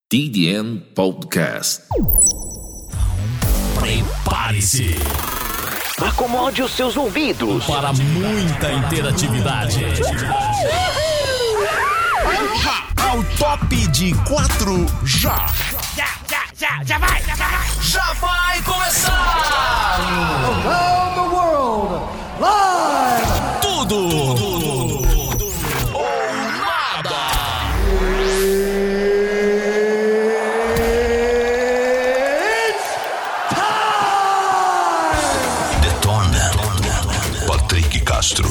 TDN Podcast. Prepare-se. Acomode os seus ouvidos para muita interatividade. Ao top de 4 já. Já vai. Já vai começar. Around the world, live. Tudo ou nada. Detona. Patrick Castro.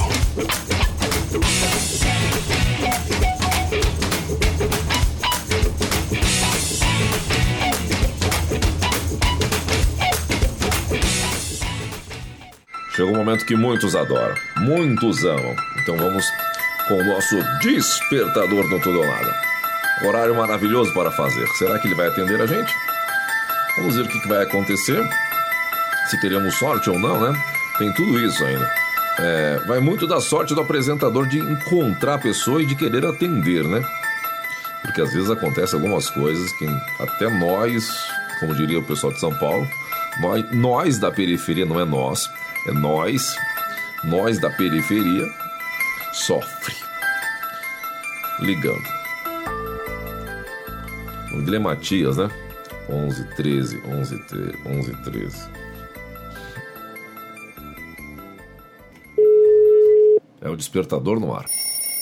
Chegou um momento que muitos adoram, muitos amam. Então vamos com o nosso despertador no Tudo ou Nada. Horário maravilhoso para fazer. Será que ele vai atender a gente? Vamos ver o que vai acontecer. Se teremos sorte ou não, né? Tem tudo isso ainda. Vai muito da sorte do apresentador de encontrar a pessoa e de querer atender, né? Porque às vezes acontecem algumas coisas que até nós, como diria o pessoal de São Paulo, nós da periferia, não é nós, é nós da periferia, sofre. Ligando. O nome dele é Matias, né? 11 13. É o despertador no ar.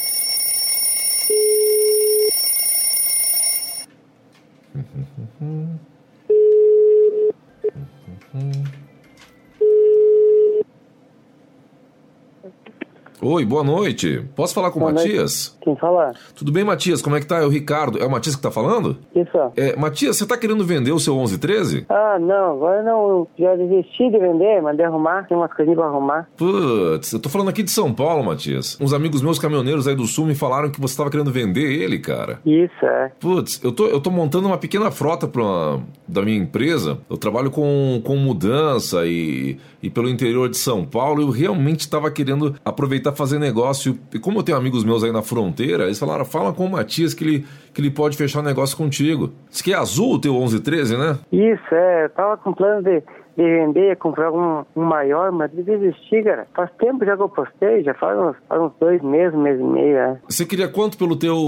Oi, boa noite. Posso falar com o Matias? Quem fala? Tudo bem, Matias? Como é que tá? É o Ricardo. É o Matias que tá falando? Isso. Matias, você tá querendo vender o seu 1113? Ah, não. Agora não. Eu já desisti de vender, mandei arrumar. Tem umas coisinhas pra arrumar. Putz, eu tô falando aqui de São Paulo, Matias. Uns amigos meus caminhoneiros aí do Sul me falaram que você tava querendo vender ele, cara. Isso, é. Putz, eu tô montando uma pequena frota da minha empresa. Eu trabalho com mudança e pelo interior de São Paulo. Eu realmente tava querendo aproveitar fazer negócio. E como eu tenho amigos meus aí na fronteira, eles falaram, fala com o Matias que ele pode fechar negócio contigo. Diz que é azul o teu 1113, né? Isso, é. Eu tava com plano de vender, comprar um maior, mas de desistir, cara. Faz tempo já que eu postei, já faz uns 2 meses, mês e meio, é. Você queria quanto pelo teu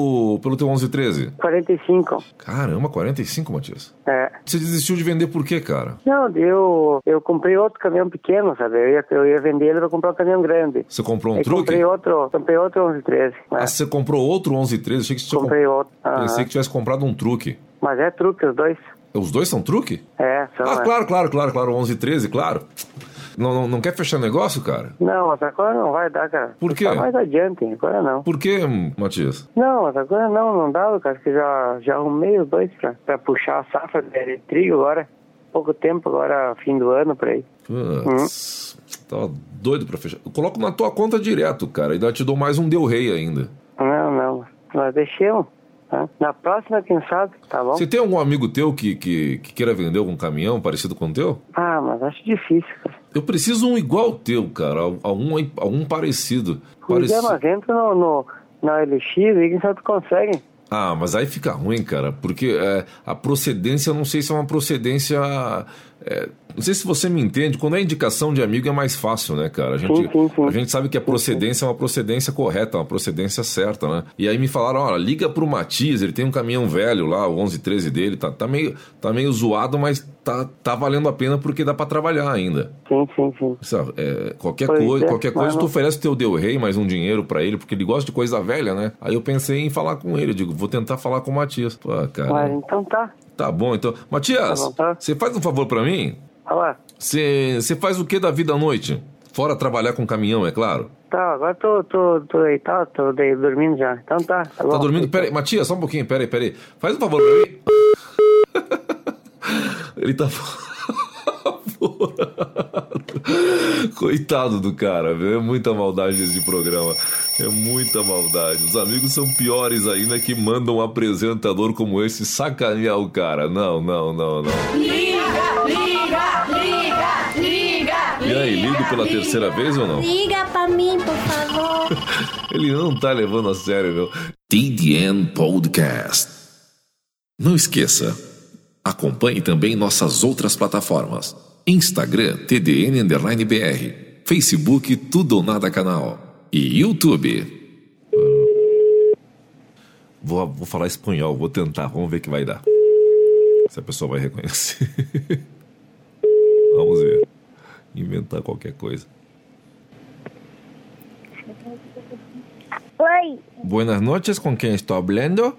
1113? 45. Caramba, 45, Matias? É. Você desistiu de vender por quê, cara? Não, eu comprei outro caminhão pequeno, sabe? Eu ia vender ele pra comprar um caminhão grande. Você comprou um Eu truque? comprei outro 1113. Ah, você comprou outro 1113? Achei que você Comprei outro. Pensei que tivesse comprado um truque. Mas é truque, os dois. Os dois são truque? É, são. Ah, claro, 11 e 13, claro. Não quer fechar negócio, cara? Não, mas agora não vai dar, cara. Por quê? Tá mais adiante, agora não. Por quê, Matias? Não, mas agora não dá, cara, que já arrumei os dois pra puxar a safra de trigo agora. Pouco tempo agora, fim do ano, por aí. Putz, tava doido pra fechar. Eu coloco na tua conta direto, cara, e ainda te dou mais um Del Rey ainda. Não, nós deixamos. Tá? Na próxima, quem sabe, tá bom? Você tem algum amigo teu que queira vender algum caminhão parecido com o teu? Ah, mas acho difícil, cara. Eu preciso um igual ao teu, cara. Algum parecido. Pois é, mas entra na LX e quem sabe tu consegue. Ah, mas aí fica ruim, cara, porque a procedência, eu não sei se é uma procedência... não sei se você me entende, quando é indicação de amigo é mais fácil, né, cara? Sim. A gente sabe que a procedência é uma procedência correta, uma procedência certa, né? E aí me falaram, olha, liga pro Matias, ele tem um caminhão velho lá, o 1113 dele, tá meio zoado, mas tá valendo a pena porque dá pra trabalhar ainda. Sim. Qualquer Pois coisa tu oferece o teu Del Rey, mais um dinheiro pra ele, porque ele gosta de coisa velha, né? Aí eu pensei em falar com ele, eu digo, vou tentar falar com o Matias. Pô, cara... Mas então tá. Tá bom, então. Matias, Tá. Você faz um favor pra mim? Olá. Você faz o que da vida à noite? Fora trabalhar com caminhão, é claro? Tá, agora tô deitado, tô dormindo já. Então tá bom. Tá dormindo? Peraí, Matias, só um pouquinho, peraí. Faz um favor pra mim. Ele tá... Coitado do cara, viu? É muita maldade esse programa. É muita maldade. Os amigos são piores ainda que mandam um apresentador como esse sacanear o cara. Não. Liga! E aí, ligo pela terceira vez ou não? Liga pra mim, por favor. Ele não tá levando a sério, meu. TDN Podcast. Não esqueça, acompanhe também nossas outras plataformas: Instagram TDN_BR, Facebook Tudo ou Nada Canal e YouTube. Vou falar espanhol, vou tentar, vamos ver o que vai dar. Se a pessoa vai reconhecer. Vamos ver. Inventar qualquer coisa. Oi. Buenas noches, ¿con quién estoy hablando?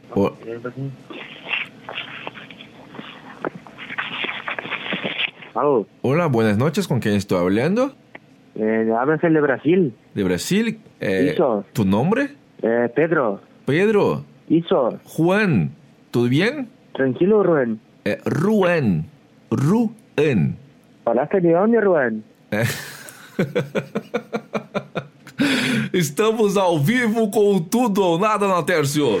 Alô? Hola, buenas noches, ¿con quién estoy hablando? Hablas de Brasil? ¿De Brasil? Eso. ¿Tu nombre? Pedro. Pedro. Isso. Juan. ¿Todo bien? Tranquilo, Ruan. Ruan. Ruan. ¿Falaste de onde, Ruan? Estamos ao vivo com Tudo ou Nada, Natércio.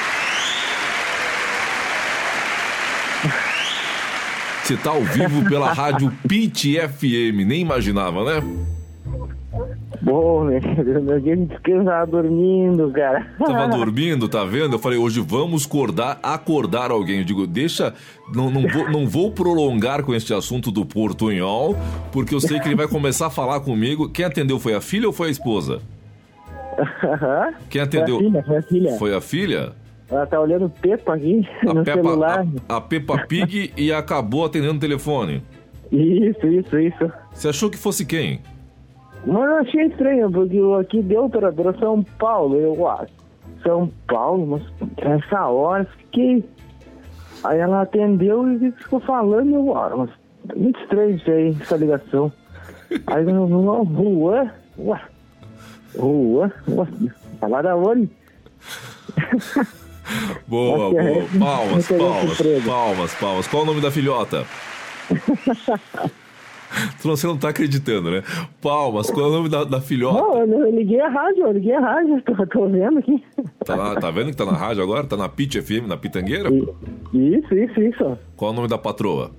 Você tá ao vivo pela rádio Pitch FM, nem imaginava, né? Bom, meu dia de descanso tava dormindo, cara. Tava dormindo, tá vendo? Eu falei, hoje vamos acordar alguém. Eu digo, deixa, não vou prolongar com este assunto do portunhol, porque eu sei que ele vai começar a falar comigo. Quem atendeu foi a filha ou foi a esposa? Quem atendeu? Foi a filha. Foi a filha? Ela tá olhando Peppa aqui no celular. A Peppa Pig e acabou atendendo o telefone. Isso. Você achou que fosse quem? Mas eu achei estranho, porque aqui deu operadora São Paulo. Eu acho. São Paulo, mas essa hora fiquei. Aí ela atendeu e ficou falando, mas muito estranho isso aí, essa ligação. Aí eu Rua? Falar da onde? Boa. Palmas. Qual o nome da filhota? Você não tá acreditando, né? Palmas, qual é o nome da filhota? Não, eu liguei a rádio, tô vendo aqui. Tá vendo que tá na rádio agora? Tá na Pitch FM, na Pitangueira? Isso. Qual é o nome da patroa?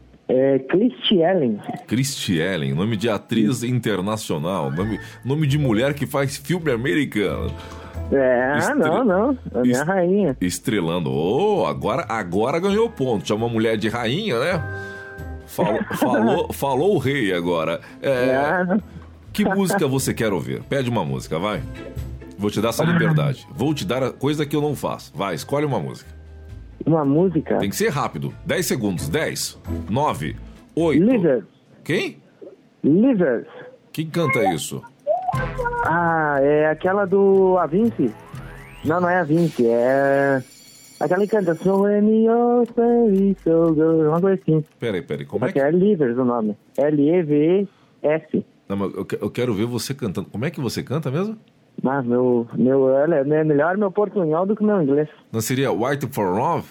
Cristiellen, nome de atriz internacional, nome de mulher que faz filme americano. Não, é minha rainha. Estrelando, agora ganhou ponto, chama a mulher de rainha, né? Falou o rei agora. Que música você quer ouvir? Pede uma música, vai. Vou te dar essa liberdade. Vou te dar a coisa que eu não faço. Vai, escolhe uma música. Uma música? Tem que ser rápido. 10 segundos. 10, 9, 8... Lizards. Quem? Lizards. Quem canta isso? É aquela do Avicii. Não é Avicii, é... Aquela que canta So When You're Very So Good, uma coisa assim. Peraí, como é que... É Lizards o nome. L-E-V-S. Não, mas eu quero ver você cantando. Como é que você canta mesmo? Mas é melhor meu portunhol do que meu inglês. Não seria White for Love?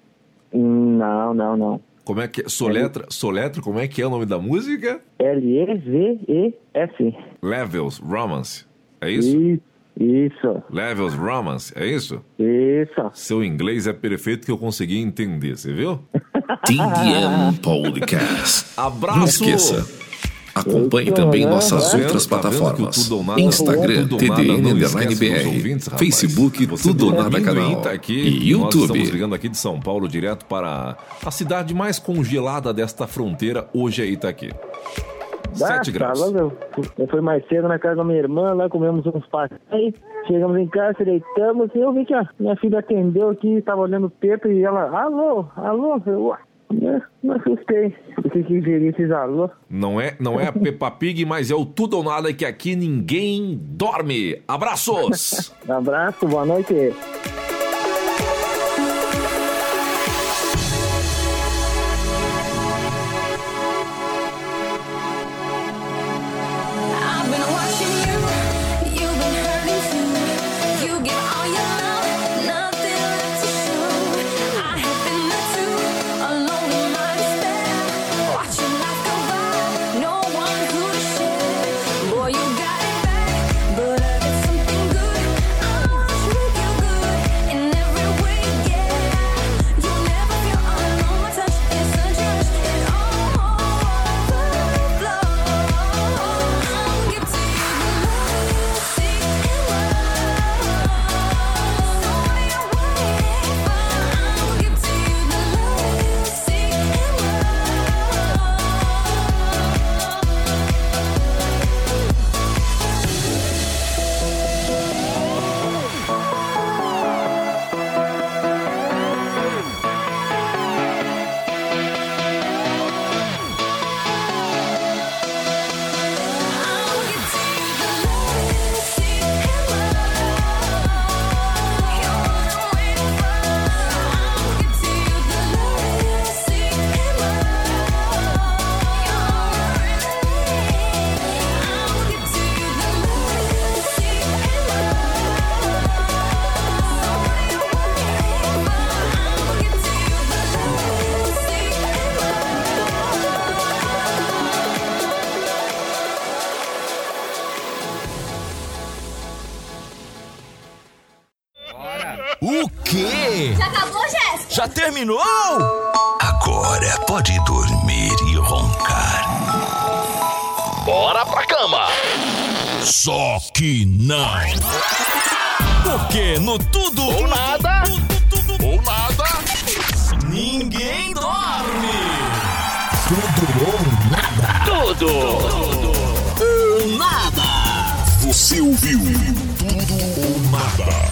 Não. Como é que é? Soletra, como é que é o nome da música? L-E-V-E-S. Levels Romance, é isso? Isso. Levels Romance, é isso? Isso. Seu inglês é perfeito que eu consegui entender, você viu? TDM Podcast. Abraço! Não esqueça, acompanhe também nossas outras plataformas: Instagram TDN_BR, Facebook Tudo ou Nada Canal e YouTube. Nós estamos ligando aqui de São Paulo direto para a cidade mais congelada desta fronteira. Hoje é Itaqui. 7 graus. Eu fui mais cedo na casa da minha irmã, lá comemos uns pastéis, chegamos em casa, deitamos, e eu vi que a minha filha atendeu aqui, tava olhando o Pedro e ela, alô, eu me assustei. Eu fiquei que ver esses alô. Não é a Peppa Pig, mas é o Tudo ou Nada, que aqui ninguém dorme. Abraços! Abraço, boa noite. Boy, you got it back, but I got something good. I wanna make you good. Já terminou? Agora pode dormir e roncar. Bora pra cama. Só que não. Porque no Tudo ou nada, ou nada, ninguém dorme. Tudo ou nada. Tudo ou nada. Você ouviu Tudo ou Nada.